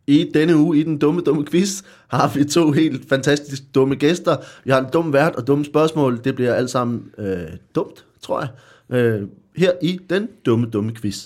I denne uge i den dumme quiz har vi 2 helt fantastisk dumme gæster. Vi har en dum vært og dumme spørgsmål. Det bliver alt sammen dumt, tror jeg. Her i den dumme quiz.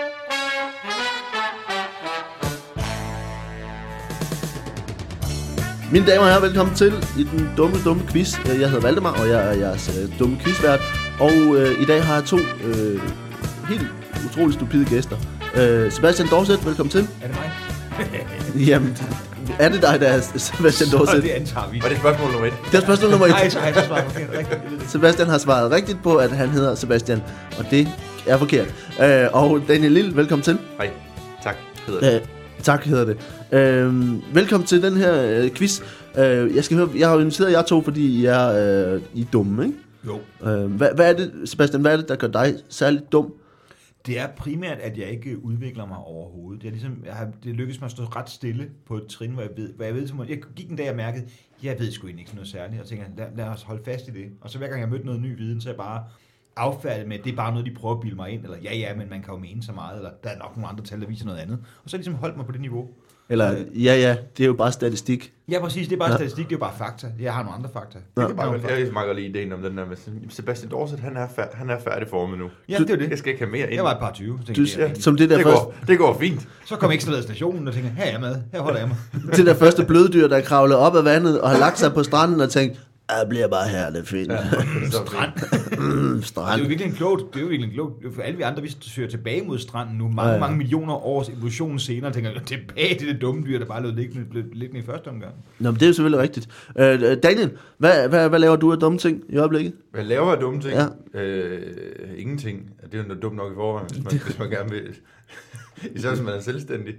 Mine damer og herrer, velkommen til i den dumme quiz. Jeg hedder Valdemar, og jeg er jeres dumme quizvært. Og i dag har jeg 2 helt utroligt stupide gæster. Sebastian Dorset, velkommen til. Er det mig? Jamen, er det dig, der er Sebastian Dorset? Så det antager vi. Var det spørgsmål nummer 1? Det er spørgsmål nummer 1. Nej, så har jeg svaret forkert. Rigtigt. Sebastian har svaret rigtigt på, at han hedder Sebastian, og det er forkert. Og Daniel Lille, velkommen til. Hej, tak hedder det. Tak hedder det. Velkommen til den her quiz. Jeg har jo inviteret jer 2, fordi I er dumme, ikke? Jo. Hvad er det, Sebastian, hvad er det, der gør dig særligt dum? Det er primært, at jeg ikke udvikler mig overhovedet. Det lykkes mig at stå ret stille på et trin, hvor jeg ved, jeg gik en dag og mærkede, jeg ved sgu egentlig ikke noget særligt, og tænkte, lad os holde fast i det. Og så hver gang jeg mødte noget ny viden, så er jeg bare affærdet med, at det er bare noget, de prøver at bilde mig ind, eller ja, men man kan jo mene så meget, eller der er nok nogle andre tal, der viser noget andet. Og så ligesom holdt mig på det niveau. Eller, ja, det er jo bare statistik. Ja, præcis, det er bare statistik, det er jo bare fakta. Jeg har nogle andre fakta. Jeg meget lige ideen om den der med Sebastian Dorset, han er færdig formet nu. Ja, det er det. Jeg skal ikke have mere ind. Jeg var et par 20. Det går fint. Så kom Ekstrabladet stationen og tænkte, her er jeg med, her holder jeg mig. Det der første bløddyr, der kravlede op af vandet og har lagt sig på stranden og tænkt, jeg bliver bare her, det er fint. Ja, strand. Strand. Det er jo virkelig klogt. For alle vi andre, vi søger tilbage mod stranden nu, mange millioner års evolution senere, tænker jeg, tilbage til det dumme dyr, der bare lød liggende i første omgang. Nå, men det er jo selvfølgelig rigtigt. Daniel, hvad laver du af dumme ting i øjeblikket? Hvad laver af dumme ting? Ja. Ingenting. Det er jo dumt nok i forvejen, hvis man gerne vil. Især hvis man er selvstændig.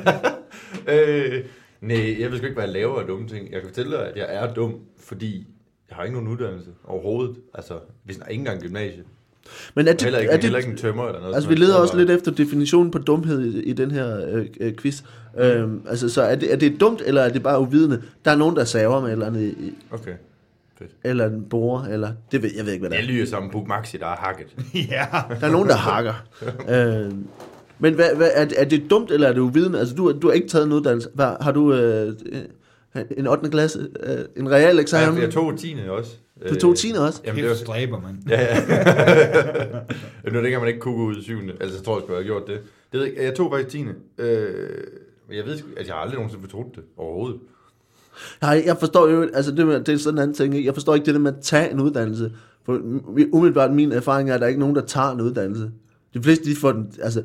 Nej, jeg ved sgu ikke, hvad jeg laver af dumme ting. Jeg kan fortælle dig, at jeg er dum, fordi jeg har ikke nogen uddannelse overhovedet. Altså, vi er ikke engang gymnasie. Men heller ikke en tømmer eller noget. Altså, vi leder også lidt efter definitionen på dumhed i den her quiz. Altså, så er det dumt, eller er det bare uvidende? Der er nogen, der saver med eller andet Okay, fedt. Eller en borer, eller... Jeg ved ikke, hvad det er. Jeg lyder som en Puk Maxi, der er hakket. Ja. Der er nogen, der hakker. Men er det dumt, eller er det uvidende? Altså, du har ikke taget en uddannelse. Har du en 8. klasse? En real eksamen? Ja, jeg tog 10. også. Du tog 10. også? Jamen, det var stræber, mand. Ja. Nu dengang man ikke kunne gå ud i 7. Altså, jeg tror, jeg skulle have gjort det. Det ved jeg tog faktisk 10. Men jeg ved at jeg har aldrig nogensinde fortrudt det overhovedet. Nej, jeg forstår jo, altså det er sådan en anden ting. Jeg forstår ikke det der med at tage en uddannelse. For umiddelbart min erfaring er, at der er ikke nogen, der tager en uddannelse. De fleste, de får den, altså...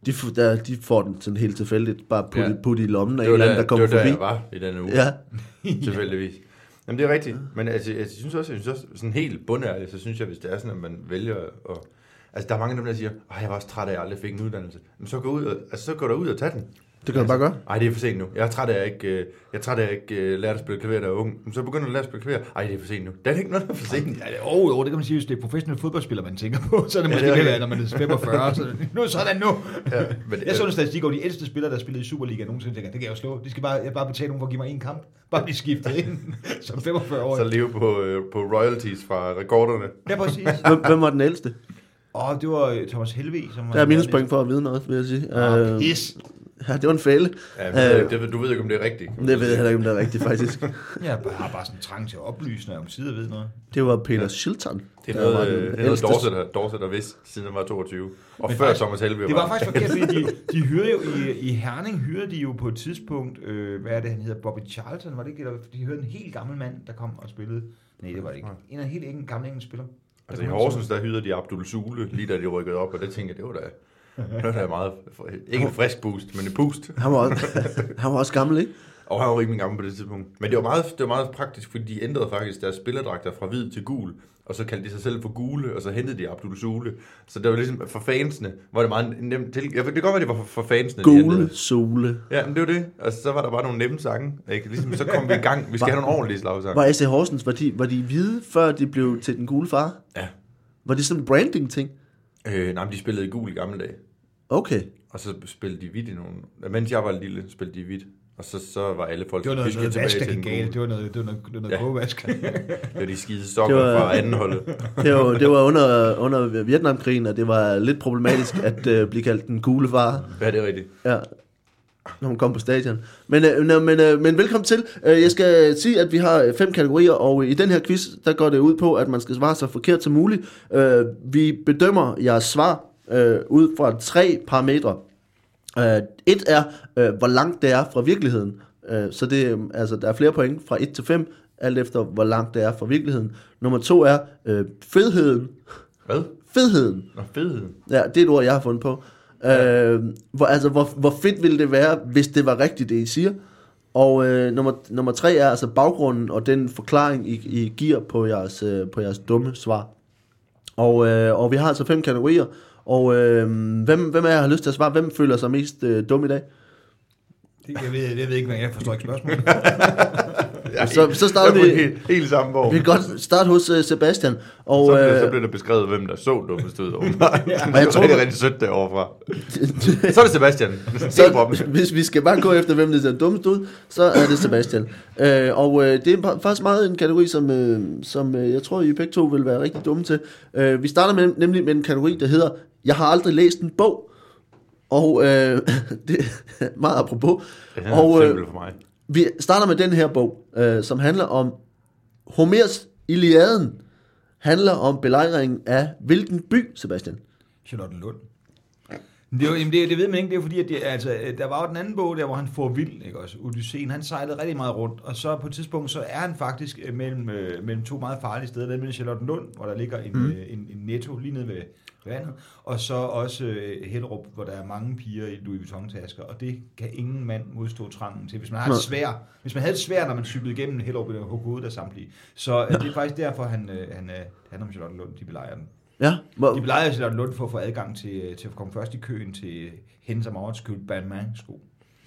De får den sådan helt tilfældigt, bare putte i lommen af en eller anden, der kommer forbi. Det var der, jeg var i denne uge. Ja. Tilfældigvis. Jamen, det er rigtigt. Men altså, jeg synes også, sådan helt bundærligt, så synes jeg, hvis det er sådan, at man vælger at... Altså, der er mange af dem, der siger, jeg var også træt af, at jeg aldrig fik en uddannelse. Men så gå derud og tag den. Det kan du bare gøre. Nej, det er for sent nu. Jeg er træt af, at jeg ikke lærte at spille klaver, da jeg var ung. Men så begynder du at lære at spille klaver. Det er for sent nu. Det er ikke noget, der er for sent. Jo, det kan man sige, hvis det er professionelle fodboldspillere, man tænker på. Så er det måske lidt, når man er 45. Sådan nu. Ja, men, jeg så en statistik over de ældste spillere, der spillede i Superliga nogensinde. Tænker, det kan jeg jo slå. De skal bare betale nogen for at give mig en kamp. Bare blive skiftet ind som 45 år. Så leve på royalties fra rekorderne. Ja, præcis. Hvem var den ældste? Det var Thomas Helvig. Der er minuspoint for at vide noget, vil jeg sige. Pis. Ja, det var en fælde. Ja, du ved ikke, om det er rigtigt. Det ved jeg heller ikke, om det er rigtigt, faktisk. Jeg har bare sådan en trang til at oplyse, når jeg omsider ved noget. Det var Peter Shilton. Det er noget Dorset har vidst, siden han var 22. Og før Thomas Helvig. Det var faktisk forkert, fordi de hyrede jo i Herning, hyrede de jo på et tidspunkt, hvad er det, han hedder, Bobby Charlton, var det ikke? De hørte en helt gammel mand, der kom og spillede. Nej, det var det ikke. En helt gammel engelsk spiller. Altså i Horsens, der hyrede de Abdul Sule, lige da de rykkede op, og det tænkte jeg, det var da meget, ikke en frisk boost, men en boost. Han var også gammel, ikke? Og han var rimelig gammel på det tidspunkt. Men det var meget praktisk, fordi de ændrede faktisk deres spillerdragter fra hvid til gul, og så kaldte de sig selv for gule, og så hentede de Abdul Sule. Så det var ligesom, for fansene var det meget nemt til. Ja, det kan godt være, det var for fansene. Gule Sule. Ja, men det var det. Altså, så var der bare nogle nemme sange. Ikke? Ligesom, så kom vi i gang. Vi skal have nogle ordentlige slagsange. Var SC Horsens, var de hvide, før de blev til den gule far? Ja. Var det sådan en branding-ting? Nej, men de spillede i gul i gamle dage. Okay. Og så spillede de hvidt i nogle... Mens jeg var lille, spillede de hvidt. Og så var alle folk... Det var noget vask, der gik galt. Det var noget gåvask. Det var de skide sokker fra anden holdet. Det var under Vietnamkrigen, og det var lidt problematisk at blive kaldt den gule far. Ja, det er rigtigt. Ja. når man kommer på stadion. Men velkommen til. Jeg skal sige, at vi har 5 kategorier, og i den her quiz, der går det ud på, at man skal svare så forkert som muligt. Vi bedømmer jeres svar ud fra 3 parametre. Et er, hvor langt det er fra virkeligheden. Så det, altså, der er flere point fra 1 til 5, alt efter hvor langt det er fra virkeligheden. Nummer 2 er fedheden. Hvad? Fedheden. Nå, fedheden. Ja, det er et ord, jeg har fundet på. Hvor fedt ville det være, hvis det var rigtigt, det I siger? Og nummer 3 er altså baggrunden og den forklaring, I giver på jeres dumme svar. Og vi har altså 5 kategorier. Og hvem af jer har lyst til at svare? Hvem føler sig mest dum i dag? Jeg ved ikke, hvad jeg forstår ikke spørgsmålet. Så starter vi helt samme hvor. Vi kan godt starte hos Sebastian. Og, så blev der beskrevet, hvem der så dummest ud over mig. Jeg tror, det er rigtig sødt derovre. Så er det Sebastian. Hvis vi skal bare gå efter, hvem der ser dummest ud, så er det Sebastian. Det er faktisk meget en kategori, som jeg tror, I begge to vil være rigtig dumme til. Vi starter nemlig med en kategori, der hedder Jeg har aldrig læst en bog. Og det er meget apropos. Det er et eksempel for mig. Vi starter med den her bog, som handler om Homers Iliaden. Handler om belejringen af hvilken by, Sebastian? Charlottenlund. Det ved man ikke, det er fordi, at der var jo den anden bog, der hvor han får vild, ikke også? Odysseen, han sejlede rigtig meget rundt, og så på et tidspunkt, så er han faktisk mellem 2 meget farlige steder, mellem Charlottenlund, hvor der ligger en netto lige nede ved vandet, og så også Hellerup, hvor der er mange piger i Louis Vuitton-tasker, og det kan ingen mand modstå trangen til. Hvis man havde det svært, når man cyklede igennem Hellerup, eller hugge hovedet af samtlige. Så det er faktisk derfor, han om Charlottenlund, de belejrer den. Ja, de belejrer Charlottenlund for at få adgang til at komme først i køen til Hennes og Maurits købt Balmain-sko.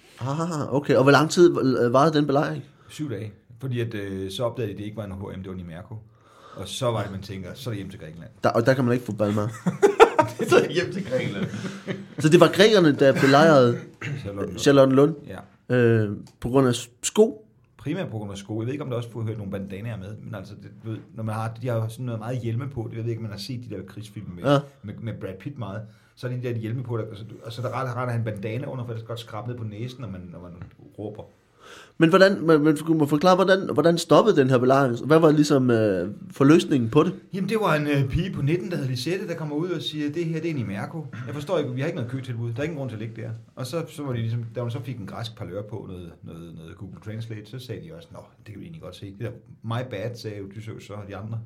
Okay. Og hvor lang tid varede den belejring? 7 dage. Fordi at, så opdagede de, det ikke var en H&M, det var en Imerco. Og så var det, man tænker, så er det hjem til Grækenland. Og der kan man ikke få Balmain. Så er det hjem til Grækenland. Så det var grækerne, der belejrede Charlottenlund? Ja. På grund af sko? Primært på grund af sko. Jeg ved ikke, om der også får hørt nogle bandanaer med, men altså, når man har, de har sådan noget meget hjelme på, jeg ved ikke, om man har set de der krigsfilm med Brad Pitt meget, så er de der hjelme på, og så der retter han bandana under, for det skal godt skrabe ned på næsen, når man råber. Men man må forklare, hvordan stoppede den her belejring? Hvad var ligesom forløsningen på det? Jamen, det var en pige på 19, der hedder Lisette, der kommer ud og siger, det her, det er en Imerco. Jeg forstår ikke, vi har ikke noget køtilbud. Der er ingen grund til at ligge der. Og så var de ligesom, da man så fik en græsk parlør på noget Google Translate, så sagde de også, nå, det kan vi egentlig godt se. Det der, my bad, sagde Odysseus så, og de andre.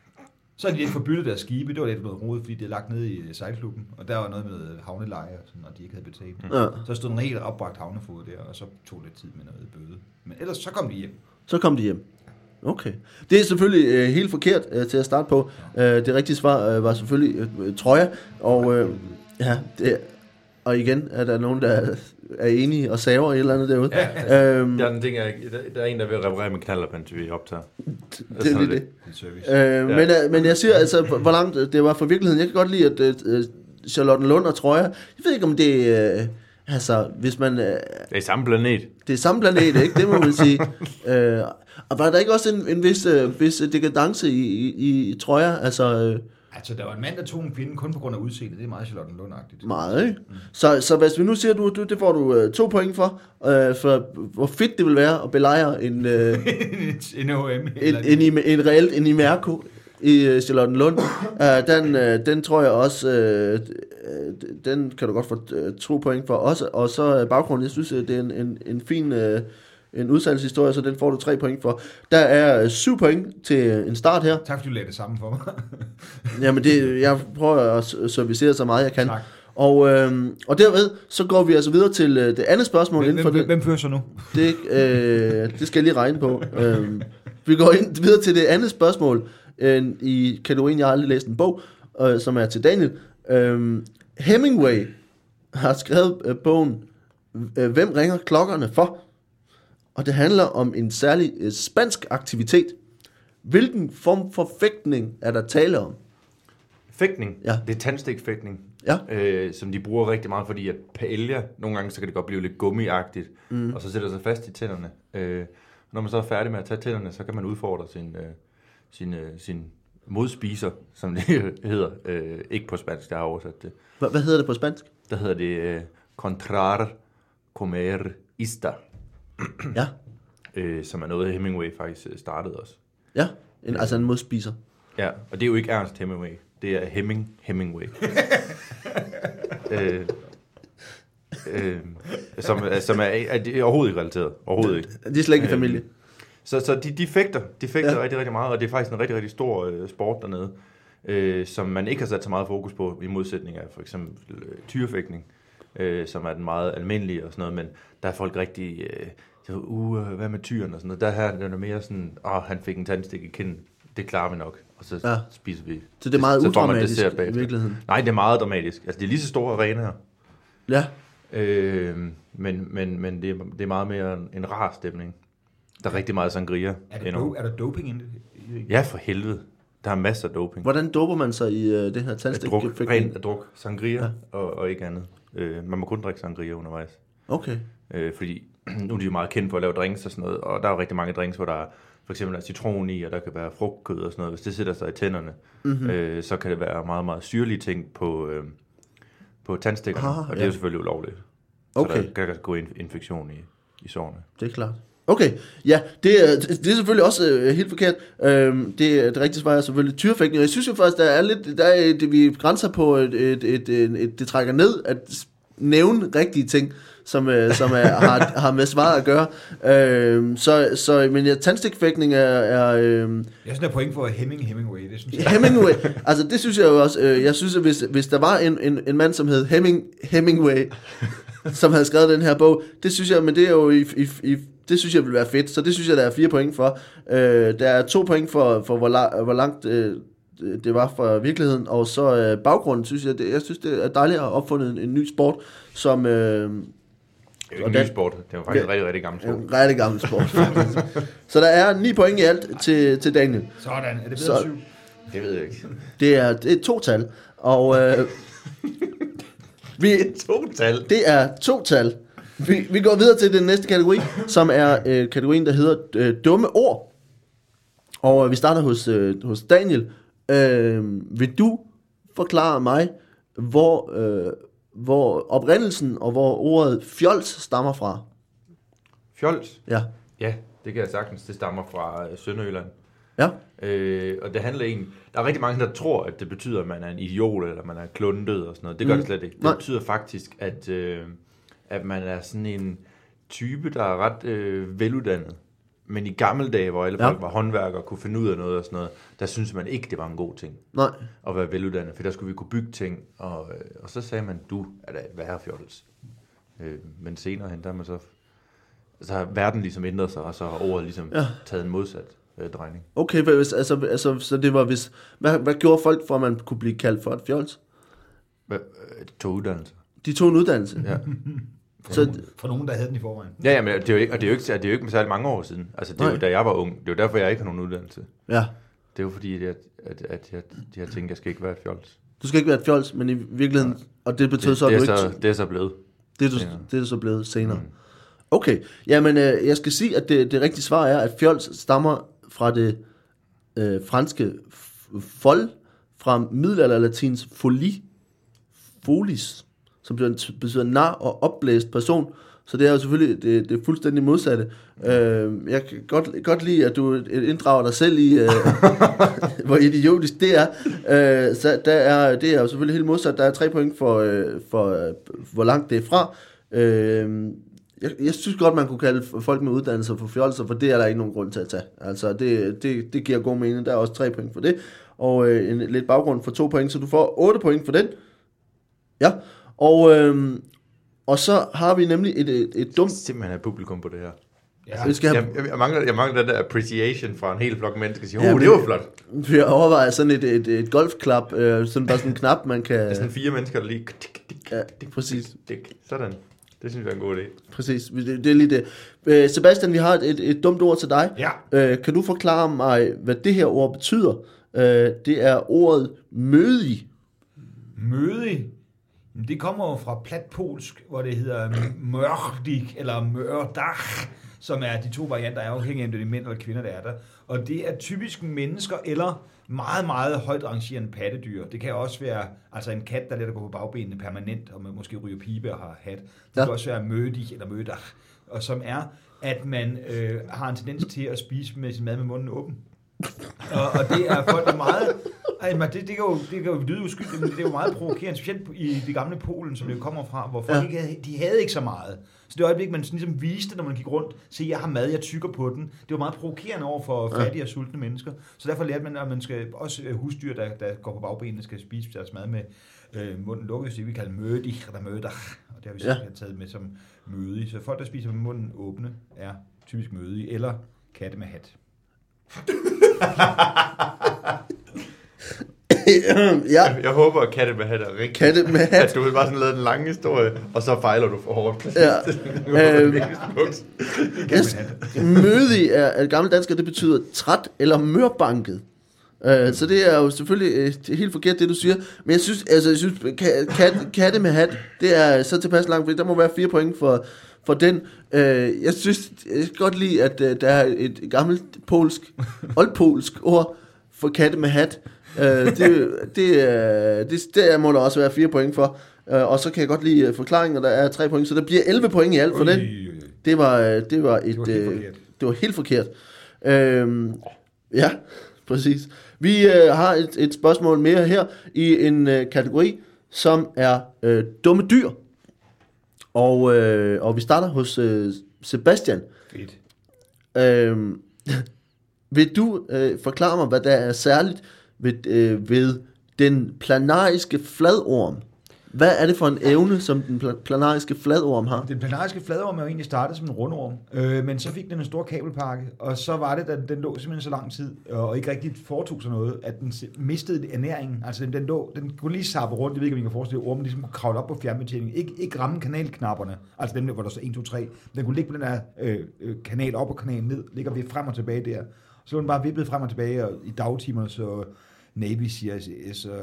Så havde de ikke forbyttet deres skibe. Det var lidt noget rodet, fordi det er lagt ned i sejlklubben. Og der var noget med havneleje, og de ikke havde betalt. Ja. Så stod en helt opbragt havnefod der, og så tog det tid med noget bøde. Men ellers så kom de hjem. Okay. Det er selvfølgelig helt forkert til at starte på. Det rigtige svar var selvfølgelig trøje. Og og igen er der nogen, der er enige og saver et eller andet derude. Ja, der er en ting, der er en, der vil reparere med knallerpand, til vi optager. Det er det. Men jeg siger altså, hvor langt det var fra virkeligheden. Jeg kan godt lide, at Charlottenlund og Troja, jeg ved ikke, om det hvis man... det er samme planet. Det er samme planet, ikke? Det må man sige. Og var der ikke også en vis dekadence i Troja? Altså, der var en mand, der tog en kvinde kun på grund af udseendet. Det er meget Charlottenlund-agtigt. Meget, ikke? Så hvis vi nu siger, det får du 2 point for hvor fedt det vil være at belejre en reelt en Imerco i Charlottenlund. Den tror jeg også, den kan du godt få 2 point for også. Og så baggrunden, jeg synes, det er en fin... en udsalgshistorie, så den får du 3 point for. Der er 7 point til en start her. Tak fordi du lagde det sammen for mig. Jamen jeg prøver at servicere så meget jeg kan. Tak. Og derved så går vi altså videre til det andet spørgsmål. Hvem fører så nu? Det skal jeg lige regne på. Vi går videre til det andet spørgsmål i kategorien Jeg har aldrig læst en bog, som er til Daniel. Hemingway har skrevet bogen Hvem ringer klokkerne for? Og det handler om en særlig spansk aktivitet. Hvilken form for fægtning er der tale om? Fægtning? Ja. Det er tandstikfægtning, ja. Som de bruger rigtig meget, fordi at paella, nogle gange så kan det godt blive lidt gummiagtigt, og så sætter sig fast i tænderne. Når man så er færdig med at tage tænderne, så kan man udfordre sin modspiser, som det hedder. Ikke på spansk, jeg har oversat det. Hvad hedder det på spansk? Der hedder det contrar comerista, Ja, som er noget, Hemingway faktisk startede også. ja. Altså en modspiser. Ja, og det er jo ikke Ernst Hemingway. Det er Hemingway. Som er overhovedet ikke relateret. Overhovedet ikke. De er slet ikke i familie. Så de fægter rigtig, rigtig meget, og det er faktisk en rigtig, rigtig stor sport dernede, som man ikke har sat så meget fokus på, i modsætning af for eksempel tyrefægtning, som er den meget almindelige og sådan noget, men der er folk rigtig, hvad med tyren og sådan noget, der her er det mere sådan, han fik en tandstik i kinden, det klarer vi nok, og så spiser vi. Så det er meget udramatisk i virkeligheden. Nej, det er meget dramatisk. Altså, det er lige så store arenaer. Ja. Men det er meget mere en rar stemning. Der er rigtig meget sangria. Er der doping i det? Ja, for helvede. Der er masser af doping. Hvordan doper man sig i det her tandstik? Rent druk. Sangria og ikke andet. Man må kun drikke sangria undervejs. Okay. Fordi nu er de jo meget kendt for at lave drinks og sådan noget, og der er jo rigtig mange drinks, hvor der er for eksempel er citron i, og der kan være frugtkød og sådan noget. Hvis det sætter sig i tænderne, så kan det være meget, meget syrlige ting på tandstikkerne, og det er jo selvfølgelig ulovligt. Okay. Så der kan gå infektion i sårene. Det er klart. Okay, ja, det er selvfølgelig også helt forkert. Det rigtige svar er selvfølgelig tyrefægtning. Jeg synes jo faktisk, vi grænser på det trækker ned at nævne rigtige ting, som har med svaret at gøre. Men tandstikfægtning er jeg synes, der er point for Hemingway. Det synes jeg. Hemingway, altså det synes jeg jo også. Jeg synes, at hvis der var en mand, som hed Hemingway, som havde skrevet den her bog, det synes jeg, men det er jo det synes jeg vil være fedt, så det synes jeg, der er 4 point for. Der er 2 point for hvor langt det var fra virkeligheden, og så baggrunden, synes jeg synes, det er dejligt at have opfundet en ny sport, som... det er jo ikke en ny sport, det er jo faktisk en rigtig, rigtig gammel sport. En rigtig gammel sport. Så der er 9 point i alt til Daniel. Sådan, er det bedre 7? Det ved jeg ikke. Det er 2-tal, og... Det er 2-tal. Vi går videre til den næste kategori, som er kategorien, der hedder dumme ord. Og vi starter hos Daniel. Vil du forklare mig, hvor oprindelsen og hvor ordet fjols stammer fra? Fjols? Ja. Ja, det kan jeg sagtens. Det stammer fra Sønderjylland. Ja. Og det handler egentlig... Der er rigtig mange, der tror, at det betyder, at man er en idiot, eller man er kluntet og sådan noget. Det gør det slet ikke. Det betyder faktisk, at man er sådan en type, der er ret veluddannet. Men i gamle dage, hvor alle folk var håndværkere og kunne finde ud af noget og sådan noget, der synes man ikke, det var en god ting. Nej. At være veluddannet, for der skulle vi kunne bygge ting. Og så sagde man, du er da et værre fjols. Men senere hen, der er man så har verden ligesom ændret sig, og så har ordet ligesom taget en modsat drejning. Okay, så det var hvis... Hvad gjorde folk for, at man kunne blive kaldt for et fjols? Tog uddannelse. De tog en uddannelse? Ja. For nogen, der havde den i forvejen. Ja, men det er jo ikke med særlig mange år siden. Altså, det er jo, da jeg var ung. Det er jo derfor, jeg ikke har nogen uddannelse. Ja. Det er jo fordi, at jeg tænkte, jeg skal ikke være et fjols. Du skal ikke være et fjols, men i virkeligheden... Ja. Og det betød så, at du ikke... Det er så blevet. Det er så blevet senere. Okay, jamen jeg skal sige, at det rigtige svar er, at fjols stammer fra det franske fol, fra middelalderlatins folis, som betyder nar og opblæst person. Så det er jo selvfølgelig det fuldstændig modsatte. Jeg kan godt lide, at du inddrager dig selv i, hvor idiotisk det er. Så det er jo selvfølgelig helt modsat. Der er 3 point for hvor langt det er fra. Jeg synes godt, man kunne kalde folk med uddannelse for fjolser, for det er der ikke nogen grund til at tage. Altså, det giver god mening. Der er også 3 point for det. Og lidt baggrund for 2 point, så du får 8 point for den. Ja, og så har vi nemlig et dumt... Simpelthen have publikum på det her. Ja. Jeg mangler den der appreciation fra en hel flok mennesker, der siger, det var flot. Vi overvejer sådan et golfklap, sådan bare sådan en knap, man kan... Det er sådan 4 mennesker, der lige... Ja, præcis. Sådan. Det synes jeg er en god idé. Præcis, det er lige det. Sebastian, vi har et dumt ord til dig. Ja. Kan du forklare mig, hvad det her ord betyder? Det er ordet mødig. Mødig? Det kommer jo fra platpolsk, hvor det hedder mørdig eller mørdach, som er de to varianter, er afhængige af, om det er mænd eller kvinder, der er der. Og det er typisk mennesker eller meget, meget højt rangerende pattedyr. Det kan også være altså en kat, der let at gå på bagbenene permanent, og man måske ryger pibe og har hat. Det kan også være mødig eller mødach, og som er, at man har en tendens til at spise med sin mad med munden åben. Og det er folk, der er meget... Det kan jo lyde uskyldigt, men det er jo meget provokerende, specielt i det gamle Polen, som det jo kommer fra, hvor folk de havde ikke så meget. Så det øjeblik, man ligesom viste, når man gik rundt, se, jeg har mad, jeg tykker på den. Det var meget provokerende over for fattige og sultne mennesker. Så derfor lærte man, at man skal også husdyr, der går på bagbenene, skal spise deres mad med munden lukket, så vi kalder mødig eller mødach, og det har vi så taget med som mødig. Så folk, der spiser med munden åbne, er typisk mødige, eller katte med hat. Ja. Jeg håber, at katte med hat er rigtigt. Katte med hat. At du vil bare sådan lave en lang historie, og så fejler du for hårdt. Ja. Mødig er et gammelt dansk, det betyder træt eller mørbanket. Så det er jo selvfølgelig helt forkert, det du siger. Men jeg synes katte med hat, det er så tilpas langt, fordi der må være 4 point for den. Jeg synes jeg kan godt lide, at der er et gammelt oldpolsk ord for katte med hat. Det må der også være 4 point for. Og så kan jeg godt lide forklaringen, og der er 3 point, så der bliver 11 point i alt for den. Det var helt forkert. Ja, præcis. Vi har et spørgsmål mere her i en kategori, som er dumme dyr. Og vi starter hos Sebastian. Fedt. Vil du forklare mig, hvad der er særligt ved den planariske fladorm? Hvad er det for en evne, som den planariske fladorm har? Den planariske fladorm er jo egentlig startet som en rundorm, men så fik den en stor kabelpakke, og så var det, da den lå simpelthen så lang tid, og ikke rigtig foretog sig noget, at den mistede ernæringen. Altså den kunne lige sappe rundt, jeg ved ikke, om I kan forestille, at ormen ligesom kunne kravle op på fjernbetjeningen, ikke ramme kanalknapperne, altså dem der, hvor der så 1, 2, 3, den kunne ligge på den der kanal op og kanalen ned, ligger vi frem og tilbage der. Så var den bare vippet frem og tilbage, og i dagtimer så Navy, CIS og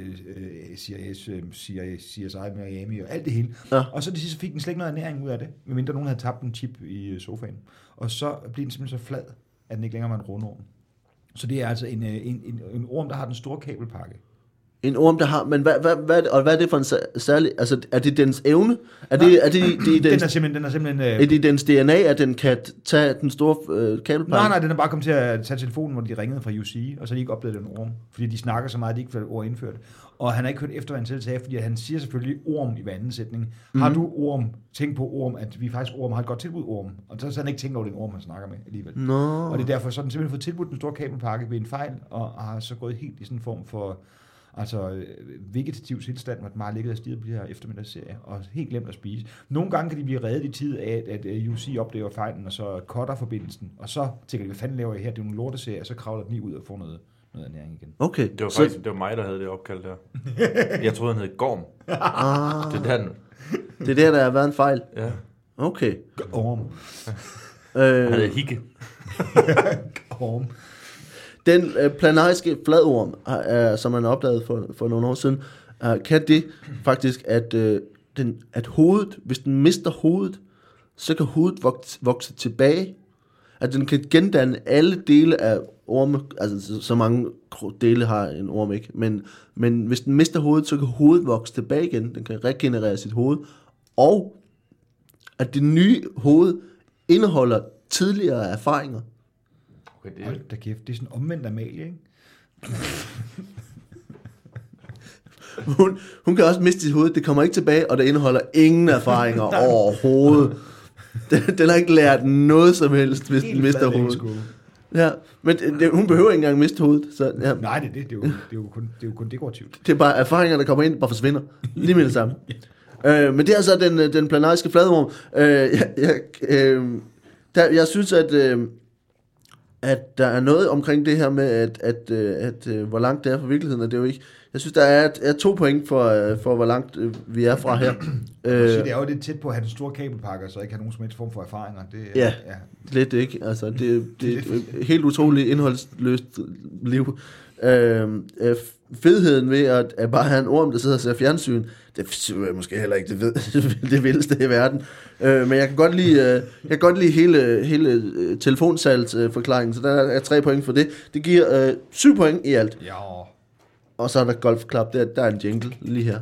CSI, Miami og alt det hele. Ja. Og så det sidste fik den slet ikke noget ernæring ud af det, medmindre nogen havde tabt en chip i sofaen. Og så blev den simpelthen så flad, at den ikke længere var en rundorm. Så det er altså en orm, der har den store kabelpakke. En orm, der har, men hvad er det for en særlig, altså er det dens evne? Er det dens, den er simpelthen er det dens DNA, at den kan tage den store kabelpakke? Nej, den er bare kommet til at tage telefonen, hvor de ringede fra UC, og så har de ikke opdaget den orm, fordi de snakker så meget, at de ikke får ord indført. Og han har ikke hørt efter, hvad han selv sagde, fordi han siger selvfølgelig orm i hver anden sætning. Mm-hmm. Har du orm? Tænk på orm, at vi faktisk orm har et godt tilbud orm. Og så har han ikke tænkt over den orm, han snakker med alligevel. No. Og det er derfor, så har den simpelthen fået tilbudt den store kabelpakke ved en fejl, og har så gået helt i sådan en form for vegetativ tilstand, hvor den meget ligget og stiget på de her eftermiddagsserie, og helt glemt at spise. Nogle gange kan de blive reddet i tid af, at UC opdager fejlen, og så cutter forbindelsen, og så tænker de, hvad fanden laver jeg her? Det er nogle lorteserier, og så kravler den lige ud og får noget ernæring igen. Okay. Det var faktisk det var mig, der havde det opkald der. Jeg troede, han hed Gorm. Det er der har været en fejl? Ja. Okay. Gorm. Han hed Hikke. Gorm. Den planariske fladorm, som man opdagede for nogle år siden, kan det faktisk, at hovedet, hvis den mister hovedet, så kan hovedet vokse tilbage. At den kan gendanne alle dele af orme, altså så mange dele har en orm ikke, men hvis den mister hovedet, så kan hovedet vokse tilbage igen. Den kan regenerere sit hoved, og at det nye hoved indeholder tidligere erfaringer. Hold da kæft, det er sådan omvendt Amalie, ikke? hun kan også miste sit hoved, det kommer ikke tilbage, og det indeholder ingen erfaringer overhovedet. Den har ikke lært noget som helst, hvis den mister hovedet. Ja, men hun behøver ikke engang miste hovedet. Så, ja. Nej, det er jo kun dekorativt. Det er bare erfaringer, der kommer ind, bare forsvinder. Lige med det samme. Men det er altså den planariske fladorm. Jeg synes, at der er noget omkring det her med, at hvor langt det er fra virkeligheden, og det er jo ikke... Jeg synes, der er 2 point for hvor langt vi er fra her. Det er jo lidt tæt på at have den store kabelpakker, så ikke have nogen som helst form for erfaringer. Det er lidt ikke. Altså, det er et helt utroligt indholdsløst liv. Fedheden ved at bare have en orm, der sidder og ser fjernsyn, det er måske heller ikke det vildeste i verden. Men jeg kan godt lide hele telefonsalgsforklaringen, så der er 3 point for det. Det giver 7 point i alt. Ja. Og så er der golfklap, der er en jingle lige her.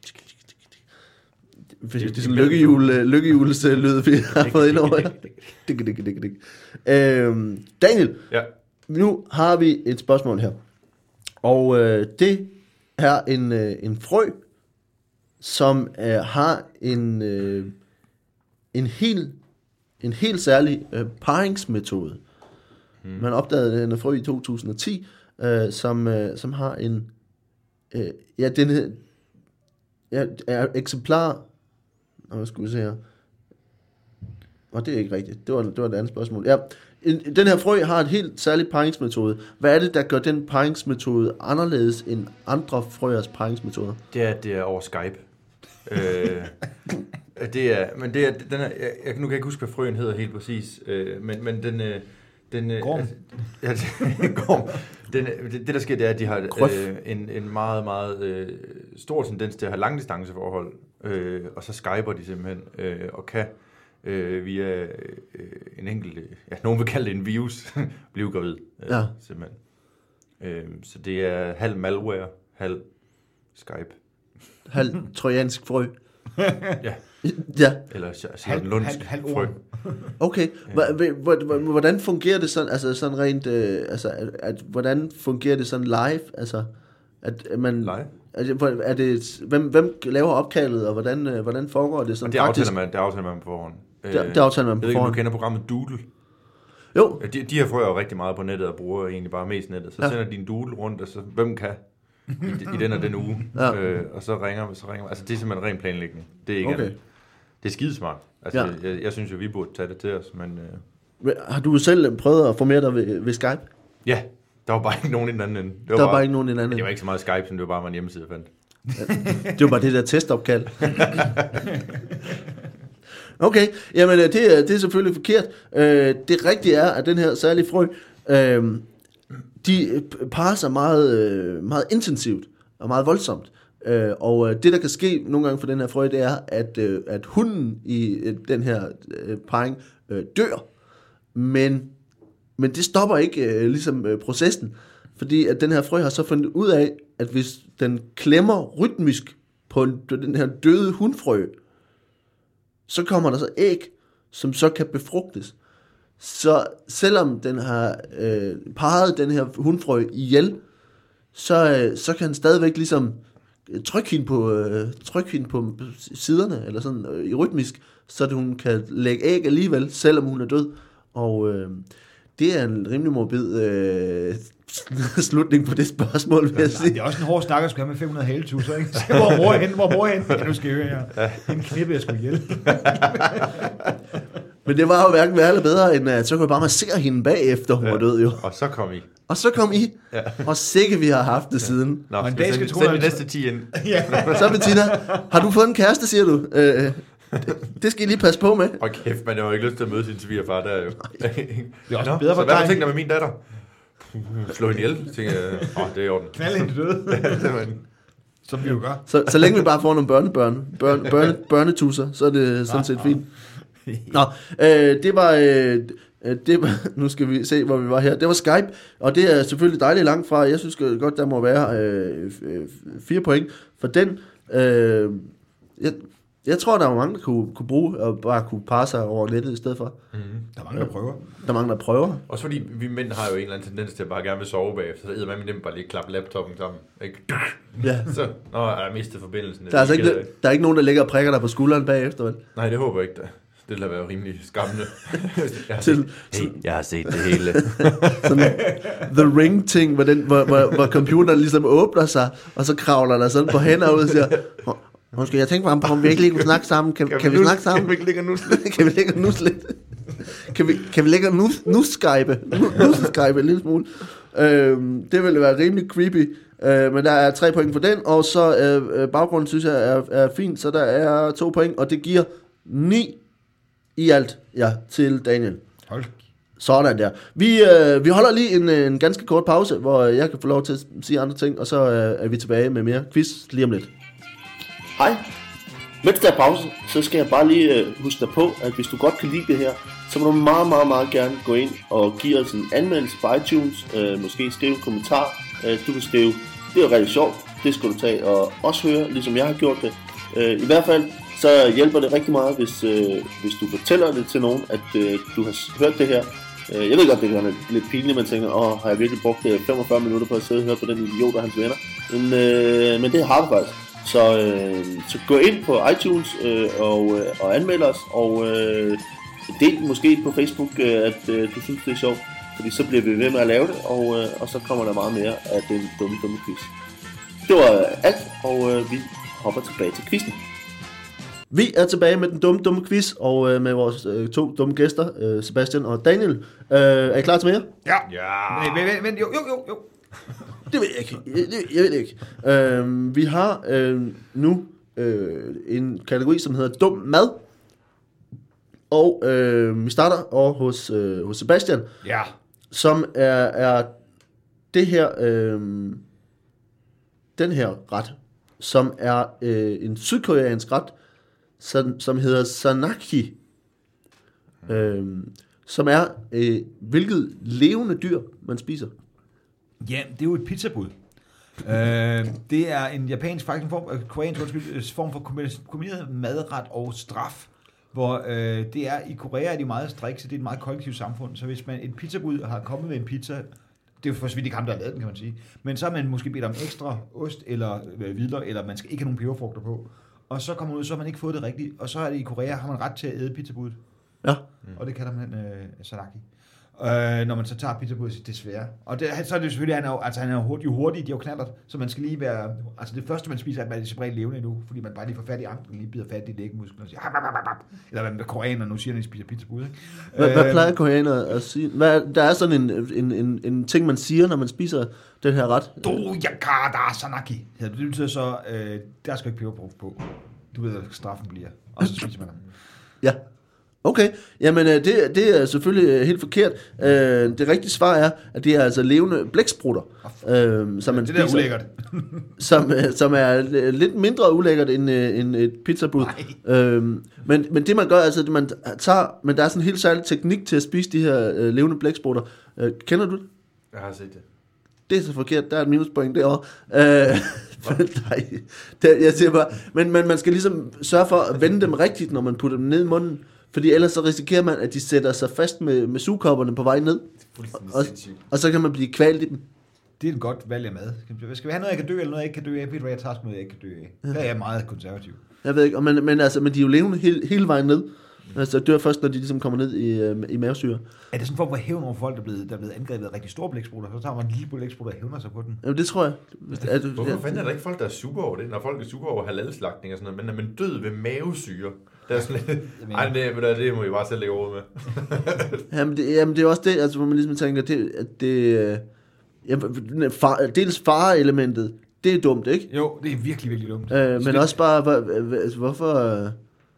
Det er sådan lykkehjules lyd, vi har fået ind over her. Daniel, Ja. nu har vi et spørgsmål her. Og det er en frø, som har en helt særlig parringsmetode. Man opdagede den frø i 2010, som har en eksemplar. Hvad skulle vi se her? Og det er ikke rigtigt. Det var et andet spørgsmål. Ja, den her frø har et helt særligt parringsmetode. Hvad er det, der gør den parringsmetode anderledes end andre frøers parringsmetoder? Det er over Skype. Det er, men det er, den er, nu kan jeg ikke huske, hvad frøen hedder helt præcis, men den Gorm. Gorm. Det der sker, det er, at de har en meget, meget stor tendens til at have langdistanceforhold, og så skyper de simpelthen, og kan via en enkelt, nogen vil kalde det en virus, blive gravid, simpelthen. Så det er halv malware, halv Skype. Halv trojansk frø. Ja. Ja. Eller Charlotte Lundsk frø. Okay. Hvordan fungerer det sådan, altså sådan rent, hvordan fungerer det sådan live? Altså, at man... Live? Altså, er det, hvem laver opkaldet, og hvordan foregår det sådan praktisk? Det aftaler man på forhånd. Det aftaler man på forhånd. Du kender programmet Doodle? Jo. De her frøer jo rigtig meget på nettet og bruger egentlig bare mest nettet. Så sender de en Doodle rundt, og så hvem kan i den og den uge. Og så ringer man. Altså det er simpelthen ren planlægning. Det er ikke andet. Det er skidesmart. Altså, jeg synes jo, vi burde tage det til os, men... Har du selv prøvet at formere dig ved Skype? Ja, der var bare ikke nogen i den anden ende. Der var bare ikke nogen i den anden ende. Det var ikke så meget Skype, som det var bare en hjemmeside, jeg fandt. Det var bare det der testopkald. Okay, jamen det er selvfølgelig forkert. Det rigtige er, at den her særlige frø, de parer sig meget, meget intensivt og meget voldsomt. Og det, der kan ske nogle gange for den her frø, det er, at hunden i den her parring dør. Men det stopper ikke ligesom processen, fordi at den her frø har så fundet ud af, at hvis den klemmer rytmisk på den her døde hundfrø, så kommer der så æg, som så kan befrugtes. Så selvom den har parret den her hundfrø ihjel, så kan den stadigvæk ligesom trykke hende på siderne, eller sådan i rytmisk, så hun kan lægge æg alligevel, selvom hun er død. Og det er en rimelig morbid slutning på det spørgsmål, vil jeg sige. Det er også en hård snak, at skulle have med 500 haletusser, ikke? Hvor mor hen? Kan du skal høre her? En knippe, jeg skulle hjælpe. Men det var jo hverken værre eller bedre, end at så kunne jeg bare massere hende bagefter, hun var død jo. Og så kom I. Ja. Og sikke vi har haft det siden. Nå, og en dag skal vi næste 10 ind. Så Bettina, har du fået en kæreste, siger du? Det skal I lige passe på med. Og kæft, man har jo ikke lyst til at møde sin svigerfar der jo. Det er også bedre for dig. Så hvad har du tænkt dig med min datter? Slå hende ihjel, tænker jeg. Det er i orden. Knald hende døde. Som vi jo gør. Så længe vi bare får nogle børnetusser, så er det sådan set fint. Nå, det var, nu skal vi se, hvor vi var her. Det var Skype, og det er selvfølgelig dejligt langt fra. Jeg synes godt, der må være 4 point for den. Jeg tror, der er mange, der kunne bruge og bare kunne parre sig over nettet i stedet for. Der er mange, der prøver. Der er mange, der prøver. Også fordi vi mænd har jo en eller anden tendens til at bare gerne vil sove bagefter. Så æder man nemt bare lige klappe laptoppen sammen. Ikke? Ja. Så er der mistet forbindelsen. Der er ikke nogen, der ligger og prikker dig på skulderen bagefter, vel? Nej, det håber jeg ikke da. Det lader være rimelig skræmmende. Jeg har set det hele. Sådan The Ring-ting, hvor computeren ligesom åbner sig, og så kravler der sådan på hænder ud og siger, måske jeg tænkte bare, om vi ikke lige kunne snakke sammen. Kan vi snakke sammen? Kan vi ikke ligge og nusle lidt? Kan vi ligge og nusle lidt? Kan vi ligge og nus-skype en lille smule? Det ville være rimelig creepy. Men der er 3 point for den, og så baggrunden synes jeg er fint, så der er 2 point, og det giver 9 i alt, til Daniel. Hold Sådan der. Vi holder lige en ganske kort pause, hvor jeg kan få lov til at sige andre ting, og så er vi tilbage med mere quiz lige om lidt. Hej. Mens der er pause, så skal jeg bare lige huske dig på, at hvis du godt kan lide det her, så må du meget, meget, meget gerne gå ind og give os en anmeldelse på iTunes. Måske skrive en kommentar. Du kan skrive, det er rigtig sjovt, det skal du tage og også høre, ligesom jeg har gjort det. I hvert fald, så hjælper det rigtig meget, hvis du fortæller det til nogen, at du har hørt det her. Jeg ved godt, det kan være lidt pinligt, man tænker, har jeg virkelig brugt 45 minutter på at sidde og høre på den idiot og hans venner. Men det har du faktisk. Så gå ind på iTunes og anmeld os, og del måske på Facebook, at du synes, det er sjovt. Fordi så bliver vi ved med at lave det, og så kommer der meget mere af den dumme quiz. Det var alt, og vi hopper tilbage til quizzen. Vi er tilbage med den dumme quiz, og med vores to dumme gæster, Sebastian og Daniel. Er I klar til mere? Ja. Men jo. Det ved jeg ikke. Jeg ved det ikke. Vi har nu en kategori, som hedder dum mad. Og vi starter over hos Sebastian. Ja. Som er det her, den her ret, som er en sydkoreansk ret, som hedder sanaki. Som er hvilket levende dyr man spiser. Ja, det er jo et pizzabud. Det er en japansk, faktisk koreansk form for kombineret madret og straf, hvor det er i Korea er de meget strikse, det er et meget kollektivt samfund, så hvis man et pizzabud har kommet med en pizza, det er jo for så vidt ikke ham, der har lavet den, kan man sige, men så har man måske bedt om ekstra ost eller hvidløg, eller man skal ikke have nogen peberfrugter på, og så kommer ud, så har man ikke fået det rigtigt, og så er det i Korea, har man ret til at æde pizzabudet. Ja. Og det kalder man sanaki. Når man så tager pizzabuddet, desværre. Og så er det selvfølgelig, han er hurtig, de er jo knaldert, så man skal lige være, altså det første man spiser, er man som regel levende endnu, fordi man bare lige får fat i anklen, lige bider fat i lægmusklen og siger, eller hvad koreaner nu siger, når de spiser pizzabud, ikke? Hvad plejer koreaner at sige? Der er sådan en ting, man siger, når man spiser den her ret. Doyakada sanaki. Det betyder så, der skal ikke peberfrugt på. Du ved, hvad straffen bliver. Og så spiser man dem. Ja. Okay, jamen det er selvfølgelig helt forkert. Det rigtige svar er, at det er altså levende blæksprutter, som man det der spiser, som er lidt mindre ulækkert end et pizzabud. Men det man gør, altså det man tager, men der er sådan en helt særlig teknik til at spise de her levende blæksprutter. Kender du det? Jeg har set det. Det er så forkert, der er et minuspoint derovre. Jeg siger bare, men man skal ligesom sørge for at vende dem rigtigt, når man putter dem ned i munden. Fordi ellers så risikerer man, at de sætter sig fast med sugkopperne på vej ned. Og så kan man blive kvalt i dem. Det er et godt valg af mad. Skal vi have noget, jeg kan dø, eller noget, jeg ikke kan dø af? Ved du hvad, jeg tager noget, jeg ikke kan dø af. Der er jeg meget konservativ. Jeg ved ikke, men de er jo levende hele vejen ned. Altså dør først, når de ligesom kommer ned i mavesyre. Er det sådan en form for hævn over folk, der er blevet angrebet af rigtig store blæksprutter? Så tager man en lille blæksprutter og hævner sig på den. Jamen det tror jeg. Hvorfor fanden er der ikke folk, der er sure over det? Når folk er sure over halalslagtning og sådan noget, men er man død ved mavesyre? Det er sådan lidt, det må I bare selv lægge over med. Jamen det er også det, altså, hvor man ligesom tænker, dels fareelementet, det er dumt, ikke? Jo, det er virkelig, virkelig dumt. Men også bare, hvorfor...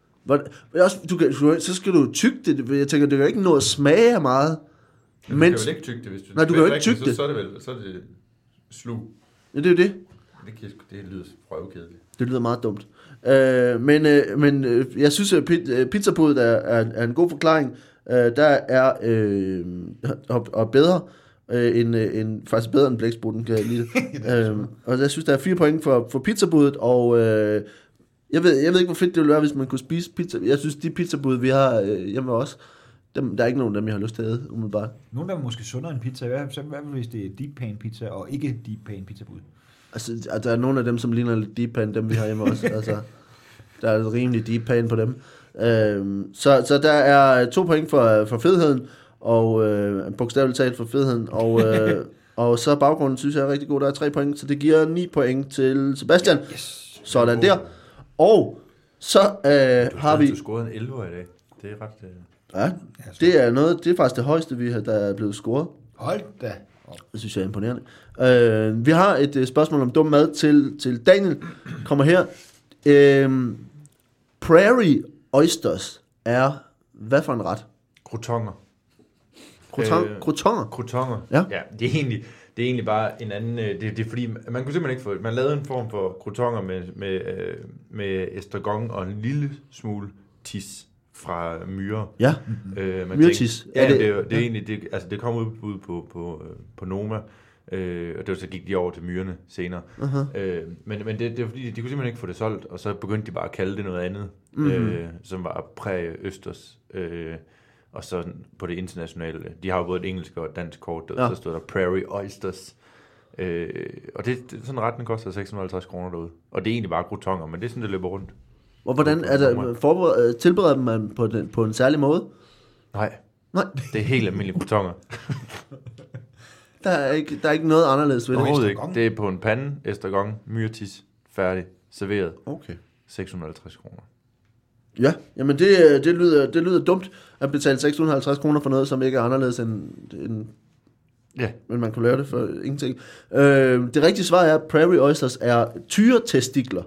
så skal du tygge det. Jeg tænker, det kan ikke nå at smage meget. Ja, du kan vel ikke tygge det, hvis du... Nej, du kan jo ikke tygge det. Så er det slug. Ja, det er jo det. Det lyder røvkedeligt. Det lyder meget dumt. Men jeg synes, at pizzabudet er en god forklaring. Der er og bedre end faktisk bedre end blæksprutten, kan jeg lide. Og jeg synes, der er 4 point for pizzabudet, og jeg ved ikke, hvor fedt det ville være, hvis man kunne spise pizza. Jeg synes, de pizzabud, vi har hjemme også, der er ikke nogen af dem, jeg har lyst til at æde, umiddelbart. Nogle af dem er måske sundere end pizza. Hvad hvis det er deep pan pizza, og ikke deep pan pizzabud? Altså, der er nogle af dem, som ligner lidt deep pan, dem vi har hjemme også. Altså, der er rimelig deep pan på dem. Så der er 2 point for fedheden, og bogstaveligt talt for fedheden, og så baggrunden synes jeg er rigtig god. Der er 3 point, så det giver 9 point til Sebastian. Yes. Sådan der. Og så har vi... Du scorede en 11 i dag. Det er ret... Ja, det er noget. Det er faktisk det højeste, der er blevet scoret. Hold da. Det synes jeg er imponerende. Vi har et spørgsmål om dum mad til Daniel. Kommer her. Prairie oysters er hvad for en ret? Crotonger. Crotonger? Crotonger. Ja. Ja, det er egentlig bare en anden... Det er fordi, man kunne simpelthen ikke få... Man lavede en form for crotonger med estragon og en lille smule tis fra myrer. Ja, myrtis. Ja, det er egentlig... Det kom ud på Noma, og det var så gik de over til myrerne senere. Men det var fordi, de kunne simpelthen ikke få det solgt, og så begyndte de bare at kalde det noget andet, som var præ-østers. Og så på det internationale, de har jo både et engelsk og et dansk kort, så stod der Prairie Oysters. Og det sådan retten koster 650 kroner derude. Og det er egentlig bare crotonger, men det er sådan, det løber rundt. Og hvordan tilbereder man på en særlig måde? Nej. Det er helt almindelige crotonger. Der er ikke noget anderledes ved det. Overhovedet ikke. Det er på en pande, estragon, myrtis, færdig, serveret. Okay. 650 kroner. Ja, jamen det lyder dumt at betale 650 kroner for noget, som ikke er anderledes end ja. Men man kunne lave det for ingenting. Det rigtige svar er, at Prairie Oysters er tyretestikler,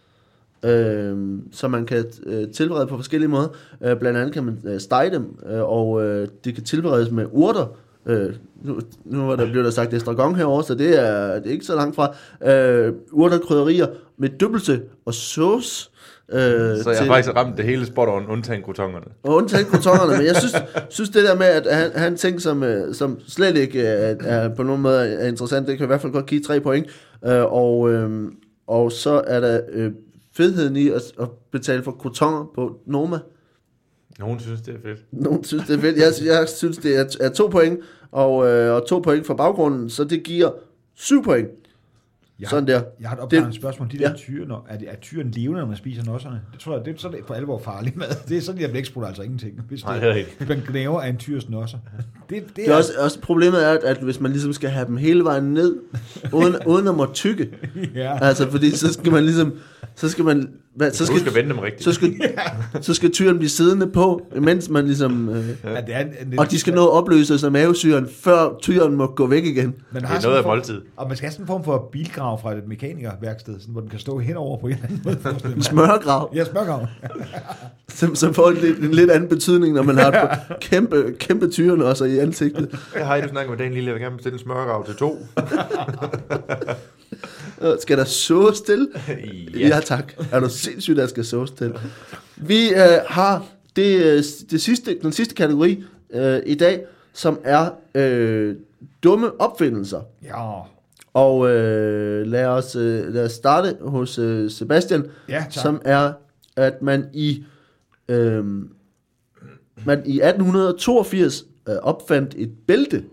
som man kan tilberede på forskellige måder. Blandt andet kan man stege dem, og det kan tilberedes med urter. Nu blev der sagt estragon herovre, så det er ikke så langt fra. Urter, krydderier med dyppelse og sauce. Så jeg har faktisk ramt det hele spot on, undtagen croutongerne. Og undtagen croutongerne, men jeg synes det der med, at han ting, som slet ikke er på nogen måde er interessant, det kan i hvert fald godt give 3 point. Og så er der fedheden i at betale for croutonger på Noma. Nogen synes, det er fedt. Nogen synes, det er fedt. Jeg synes, det er 2 point, og 2 point for baggrunden, så det giver 7 point. Sådan der. Jeg har et opklarende spørgsmål. De der tyre, er tyren levende, når man spiser nosserne? Det tror jeg, det er sådan for alvor farligt mad. Det er sådan, at blæksprutter altså ingenting. Hvis man gnæver af en tyrs nosser. Det er også problemet er, at hvis man ligesom skal have dem hele vejen ned, uden at må tykke. Ja. Altså, fordi så skal man ligesom... Så skal vende dem rigtigt. Så skal tyren blive siddende på, mens man ligesom... og de skal nå at opløse sig af mavesyren, før tyren må gå væk igen. Det er noget af måltid. Og man skal have sådan en form for bilgrav fra et mekanikerværksted, sådan, hvor den kan stå henover på en eller anden måde. En smørgrav. Ja, smørgrav. som får en lidt anden betydning, når man har et kæmpe tyren også i ansigtet. Hej, du snakker med Dan Lille, jeg vil gerne bestille en smørgrav til 2. Skal der sås til? Ja tak. Er du sindssygt, der skal sås til? Vi har den sidste kategori i dag, som er dumme opfindelser. Ja. Og lad os starte hos Sebastian, som er, at man i 1882 opfandt et bælte.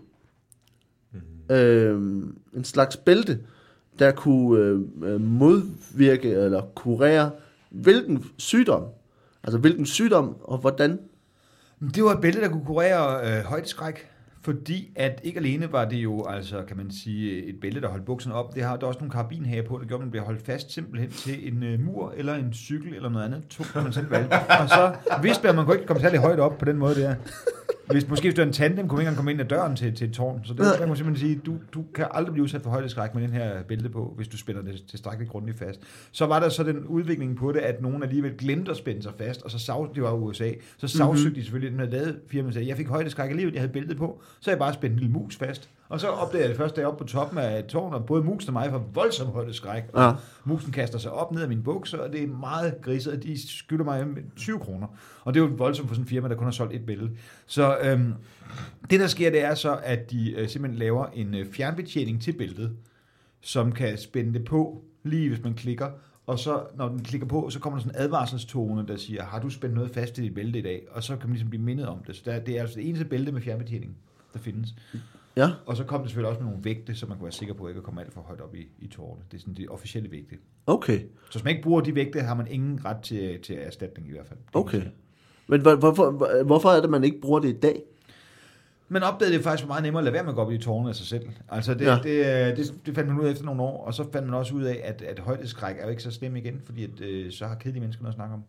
En slags bælte, der kunne modvirke eller kurere hvilken sygdom? Altså hvilken sygdom og hvordan? Det var et bælte, der kunne kurere højdeskræk, fordi at ikke alene var det jo, altså kan man sige, et bælte, der holdt bukserne op. Det har der også nogle karabinhager på, der gjorde, at man bliver holdt fast simpelthen til en mur eller en cykel eller noget andet. Man selv valgte. Og så vidste man, at man kunne ikke komme særlig højt op på den måde der. Hvis du er en tandem, kunne man ikke engang komme ind ad døren til et tårn. Så det kan man simpelthen sige, du kan aldrig blive udsat for højdeskræk med den her bælte på, hvis du spænder det tilstrækkeligt grundigt fast. Så var der så den udvikling på det, at nogen alligevel glemte at spænde sig fast, og så det var USA, så sagsøgte de selvfølgelig, den havde lavet firmaet, sagde, jeg fik højdeskræk alligevel, jeg havde bæltet på, så jeg bare spændt en lille mus fast. Og så opdagede jeg det første dag op på toppen af et tårn, og både musen og mig var voldsom højdeskræk. Ja. Musen kaster sig op ned af mine bukser, og det er meget griset, og de skylder mig 20 kroner. Og det er jo voldsomt for sådan en firma, der kun har solgt et bælte. Så det, der sker, det er så, at de simpelthen laver en fjernbetjening til bæltet, som kan spænde det på, lige hvis man klikker. Og så, når den klikker på, så kommer der sådan en advarselstone, der siger, har du spændt noget fast i dit bælte i dag? Og så kan man ligesom blive mindet om det. Så det er altså det eneste bælte med fjernbetjening, der findes. Ja. Og så kom det selvfølgelig også med nogle vægte, så man kan være sikker på, at ikke at komme alt for højt op i tårnet. Det er sådan de officielle vægte. Okay. Så hvis man ikke bruger de vægte, har man ingen ret til erstatning i hvert fald. Okay. Men hvorfor er det, man ikke bruger det i dag? Man opdagede det faktisk meget nemmere at lade være med at gå op i tårnet af sig selv. Altså det fandt man ud af efter nogle år, og så fandt man også ud af, at højdeskræk er jo ikke så slem igen, fordi at, så har kedelige mennesker noget at snakke om.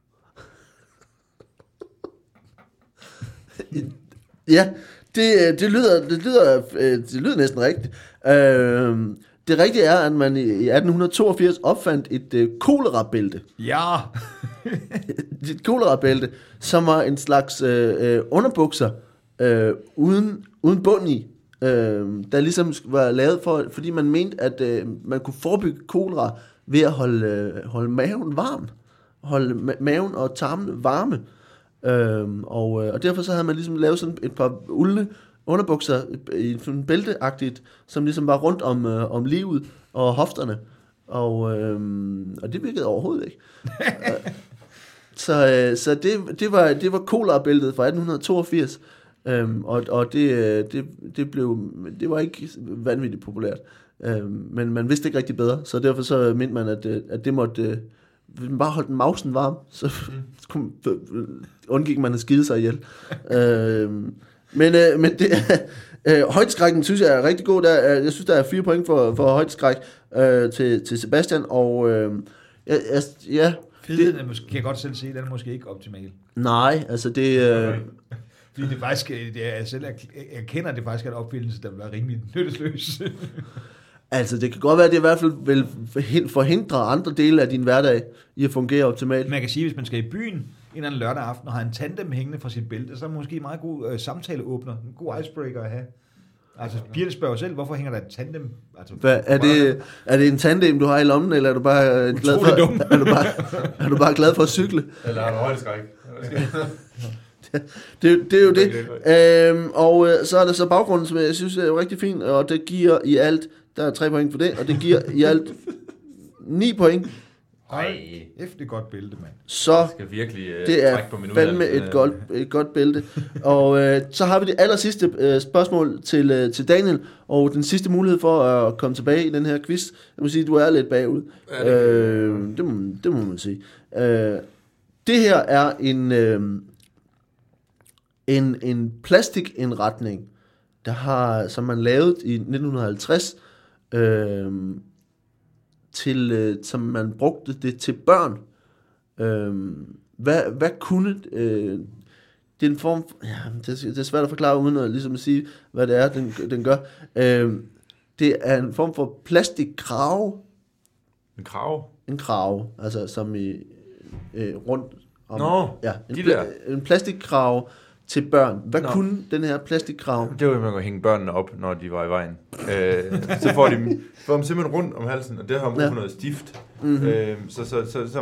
Ja, det lyder næsten rigtigt. Det rigtige er, at man i 1882 opfandt et kolerabælte. Ja! Et kolerabælte, som var en slags underbukser uden bund i, der ligesom var lavet fordi man mente, at man kunne forebygge kolera ved at holde maven varm. Holde maven og tarmene varme. Og derfor så havde man ligesom lavet sådan et par uldne underbukser i sådan bælteagtigt, som ligesom var rundt om livet og hofterne. Og det virkede overhovedet ikke. Så det var kolera-bæltet fra 1882. Og det var ikke vanvittigt populært. Men man vidste ikke rigtig bedre, så derfor så mente man, at det måtte... Hvis man bare holdt mausen varm, så undgik man at skide sig ihjel. Men det, højdeskrækken synes jeg er rigtig god. Jeg synes, der er 4 point for højdeskræk til Sebastian. Og ja... Fedheden er måske, kan jeg godt selv se, den er måske ikke optimal. Nej, altså det... Fordi det faktisk, jeg kender, at det faktisk er en opfindelse, der vil være rimelig nyttesløs. Altså, det kan godt være, at det i hvert fald vil forhindre andre dele af din hverdag i at fungere optimalt. Man kan sige, at hvis man skal i byen en eller anden lørdag aften og har en tandem hængende fra sit bælte, så er det måske en meget god samtaleåbner, en god icebreaker at have. Altså, Birte spørger selv, hvorfor hænger der et tandem? Altså, er det en tandem, du har i lommen, eller er du bare glad for, er du bare glad for at cykle? Eller har du højdeskræk? Det er jo det. Og så er der så baggrunden, som jeg synes er rigtig fint, og det giver i alt, der er 3 point for det, og det giver i alt 9 point. Ej, det er godt bælte, mand. Så skal virkelig, det er fandme et godt bælte. Og så har vi det aller sidste spørgsmål til Daniel, og den sidste mulighed for at komme tilbage i den her quiz. Jeg må sige, at du er lidt bagud. Det må man sige. Det her er en plastikindretning, som man lavede i 1950, som man brugte det til børn. Hvad kunne det er en form det er svært at forklare uden at ligesom sige hvad det er den gør. Det er en form for plastikkrave. En krave, altså som i rundt om. En plastikkrave til børn. Hvad kunne den her plastikkrave? Det var jo, man kunne hænge børnene op, når de var i vejen. Så får de dem simpelthen rundt om halsen, og det har man noget stift. Mm-hmm. Så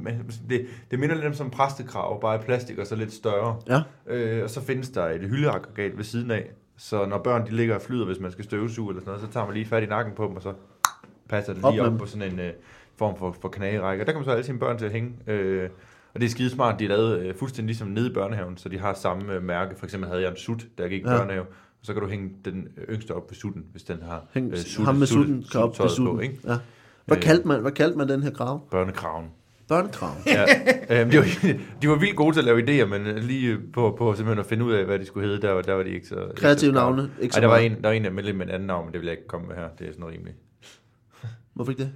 det minder lidt om som præstekrav, bare i plastik og så lidt større. Ja. Og så findes der et hyldeaggregat ved siden af, så når børn de ligger og flyder, hvis man skal støvsuge eller sådan noget, så tager man lige fat i nakken på dem, og så passer det lige op på sådan en form for knagerække. Og der kan man så alle sine børn til at hænge. Og det er skidesmart, de er lavet fuldstændig ligesom nede i børnehaven, så de har samme mærke. For eksempel havde jeg en sut, der gik i børnehave, og så kan du hænge den yngste op ved sutten, hvis den har ham med sutten kan op ved sutten. På, ikke? Ja. Hvad kaldte man den her krav? Børnekraven. Børnekraven? Ja. De var vildt gode til at lave idéer, men lige på simpelthen at finde ud af, hvad de skulle hedde, der var de ikke så... Kreative navne? Nej, der var en med en anden navn, men det vil jeg ikke komme med her. Det er sådan noget rimeligt. Hvorfor ikke det?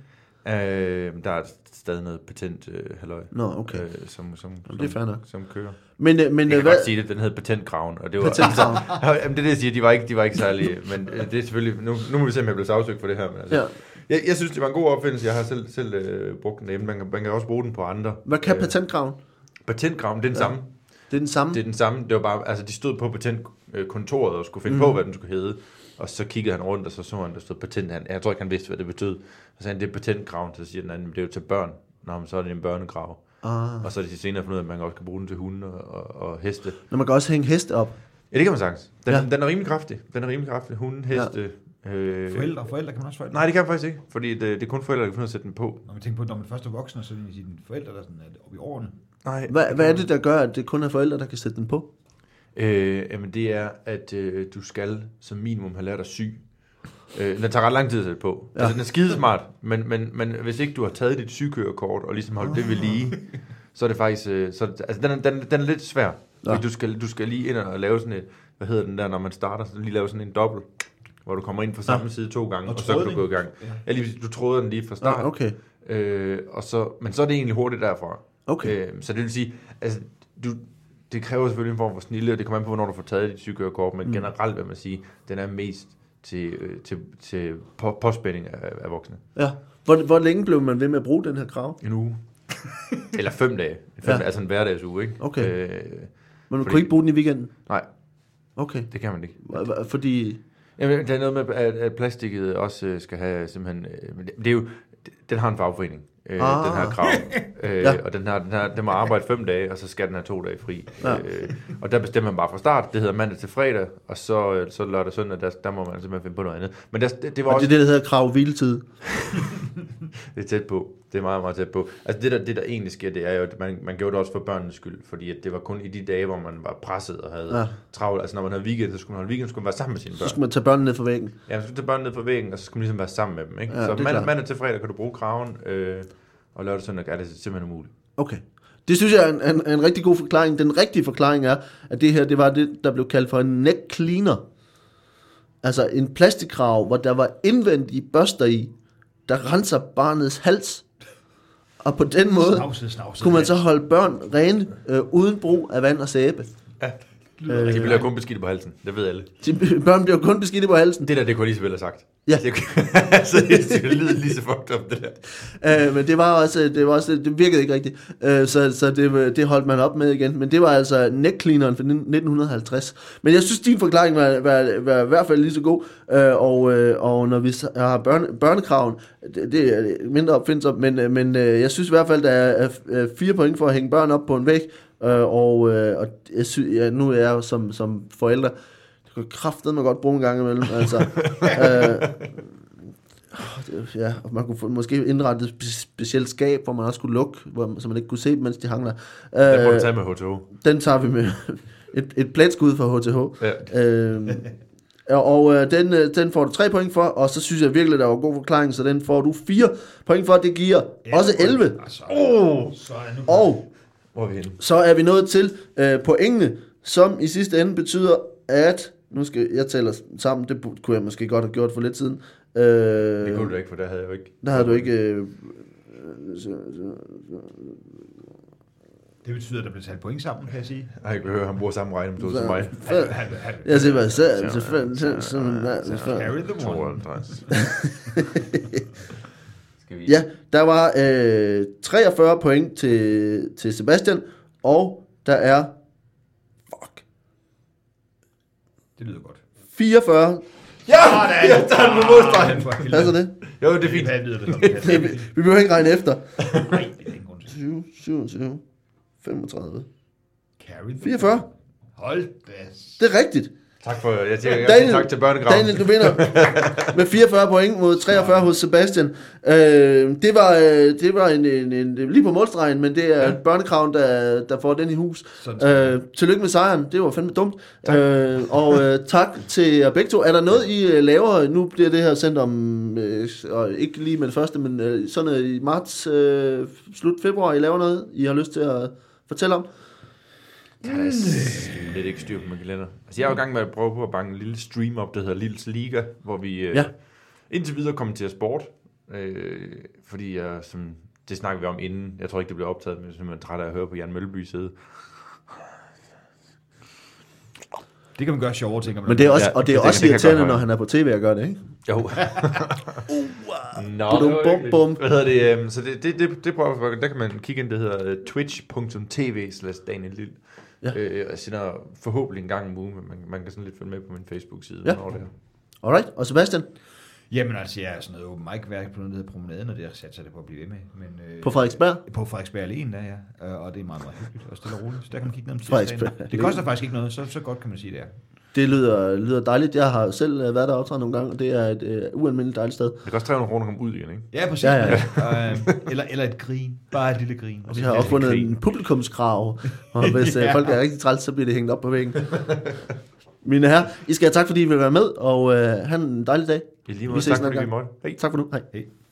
Der er stadig noget patent halløj, som kører. Men jeg kan godt sige det, den hed patentkraven, og det var jamen, det jeg siger, de var ikke særlige, men det er selvfølgelig nu må vi se om jeg bliver sagsøgt for det her, men altså, jeg synes det var en god opfindelse. Jeg har selv brugt den hjemme. Man kan også bruge den på andre. Hvad kan patentkraven? Patentkraven, det er den samme. Det er den samme. Det er den samme. Det var bare altså de stod på patentkontoret og skulle finde på hvad den skulle hedde. Og så kiggede han rundt, og så han, der stod patent. Jeg tror ikke, han vidste, hvad det betød. Og så sagde han, det er patentgraven. Så siger den anden, det er jo til børn. Nå, men så er det en børnegrav. Og så er det senere fundet ud af, at man også kan bruge den til hunde og heste. Når man kan også hænge heste op. Ja, det kan man sagtens. Den er rimelig kraftig. Hunde, heste... Forældre kan man også få. Nej, det kan man faktisk ikke. Fordi det er kun forældre, der kan finde ud af at sætte den på. Når man tænker på, når man først er voksen, så er det sine forældre, der sådan er oppe i årene. Nej. Hvad er det, der gør, at det kun er forældre, der kan sætte den på? Jamen det er, at du skal som minimum have lært at sy. Den tager ret lang tid at sætte på. Altså den er skidesmart, men hvis ikke du har taget dit sykørekort og ligesom holdt det ved lige, så er det faktisk... den er lidt svær. Ja. Du skal lige ind og lave sådan et... Hvad hedder den der, når man starter? Så lige lave sådan en dobbelt, hvor du kommer ind fra samme side 2 gange, og så kan du gå i gang. Ja, lige, du tråder den lige fra start. Ja, okay. Men så er det egentlig hurtigt derfra. Okay. Så det vil sige... Altså, det kræver selvfølgelig en form for snille, og det kommer an på, hvornår du får taget dit sykørekort, men generelt vil man sige, den er mest til påspænding af voksne. Ja. Hvor længe blev man ved med at bruge den her krav? En uge. Eller 5 dage. Altså en hverdagsuge, ikke? Okay. Men man kunne ikke bruge den i weekenden? Nej. Okay. Det kan man ikke. Fordi... Jamen, der er noget med, at plastikket også skal have simpelthen... Det er jo, den har en fagforening, den her krav. Og den må arbejde 5 dage, og så skal den have 2 dage fri. Ja. Og der bestemmer man bare fra start. Det hedder mandag til fredag, og så lørdag og søndag, der må man simpelthen finde på noget andet. Men det var og også... det er det, der hedder krav hviletid. Det er tæt på. Det er meget, meget tæt på. Altså det der egentlig sker, det er jo, at man gjorde det også for børnenes skyld, fordi at det var kun i de dage, hvor man var presset og havde travlt. Altså når man havde weekend, så skulle man holde weekend, så skulle man være sammen med sine børn. Så skulle man tage børnene ned fra væggen. Ja, man skulle tage børnene ned fra væggen, og så skulle man ligesom være sammen med dem. Ikke? Ja, så mandag til fredag kan du bruge kraven, og lørdag og søndag er det simpelthen umuligt. Okay. Det synes jeg er en rigtig god forklaring. Den rigtige forklaring er, at det her, det var det, der blev kaldt for en neck cleaner. Altså en plastikkrav, hvor der var indvendige børster i, der renser barnets hals. Og på den måde kunne man så holde børn rene, uden brug af vand og sæbe. Ja. De bliver kun beskidte på halsen, det ved alle. Børn bliver kun beskidte på halsen. Det kunne de selvfølgelig have sagt. Ja. Det lyder lige så fucked up, det der. Men det virkede ikke rigtigt. Så det holdt man op med igen. Men det var altså neck cleaneren fra 1950. Men jeg synes, din forklaring var i hvert fald lige så god. Og når vi har børnekraven, det er mindre opfindsomt, men jeg synes i hvert fald, der er 4 point for at hænge børn op på en væg. Og jeg synes, nu er jeg jo som forældre, det kan kraftedeme godt bruge en gang imellem. Altså, ja, og man kunne måske indrette et specielt skab, hvor man også kunne lukke, så man ikke kunne se dem, mens de hang der. Den må du tage med HTH. Den tager vi med et pletskud fra HTH. Ja. Og den får du 3 point for, og så synes jeg virkelig, der var god forklaring, så den får du 4 point for, det giver også 11. Og så er vi nået til pointene, som i sidste ende betyder, at nu skal jeg tælle sammen, det kunne jeg måske godt have gjort for lidt siden. Det kunne du ikke, for der havde jeg jo ikke. Der havde du ikke... Det betyder, at der bliver talt point sammen, kan jeg sige. Jeg kan høre, han bruger samme regnemetode som mig. Jeg siger bare, Carry the one. Ja, der var 43 point til Sebastian, og der er... Det lyder godt. 44. Ja! Jeg tager den med modstregen. Passer det? Jo, det er fint. Hvad lyder det sådan? Vi behøver ikke regne efter. Nej, det er ingen grund til. 20, 27, 35, Carry the 44. Hold da. Det er rigtigt. Tak for, jeg siger tak til børnegraven. Daniel, du vinder med 44 point mod 43 hos Sebastian. Det var en lige på målstregen, men det er børnekraven, der får den i hus. Tillykke med sejren. Det var fandme dumt. Tak til jer begge to. Er der noget, I laver? Nu bliver det her sendt om, ikke lige med det første, men sådan noget i marts, slut februar. I laver noget, I har lyst til at fortælle om? Jeg har lidt ikke styr på min kalender. Altså, jeg er jo i gang med at prøve på at banke en lille stream op, der hedder Lilles Liga, hvor vi indtil videre kommenterer sport. Fordi det snakker vi om inden. Jeg tror ikke, det bliver optaget, men jeg er simpelthen træt af at høre på Jan Mølleby sidde. Det kan man gøre sjovere, tænker man. Men det er også, og det er også irriterende, når han er på tv og gør det, ikke? Jo. Hvad hedder det? Så det prøver jeg. Der kan man kigge ind, det hedder twitch.tv/Daniel Lill. Ja. Jeg sender forhåbentlig en gang om ugen, men man kan sådan lidt følge med på min Facebook-side. Ja. Alright, og Sebastian? Jamen altså, jeg er sådan noget open mic-værk på noget, der hedder Promenaden, og det har sat sig det på at blive ved med. Men, på Frederiksberg? På Frederiksberg alene, der ja. Og det er meget, meget hyggeligt og stille og roligt. Så der kan man kigge ned om tirsdagen. Det koster faktisk ikke noget, så godt kan man sige det er. Det lyder dejligt. Jeg har selv været der optræde nogle gange, og det er et ualmindeligt dejligt sted. Det koster 300 kroner at komme ud igen, ikke? Ja, præcis. Ja. Eller et grin. Bare et lille grin. Og vi har opfundet en publikumskrav, og hvis folk er rigtig træls, så bliver det hængt op på væggen. Mine herrer, I skal have tak, fordi I vil være med, og have en dejlig dag. I lige måde, tak fordi vi måtte. Tak for nu. Hej.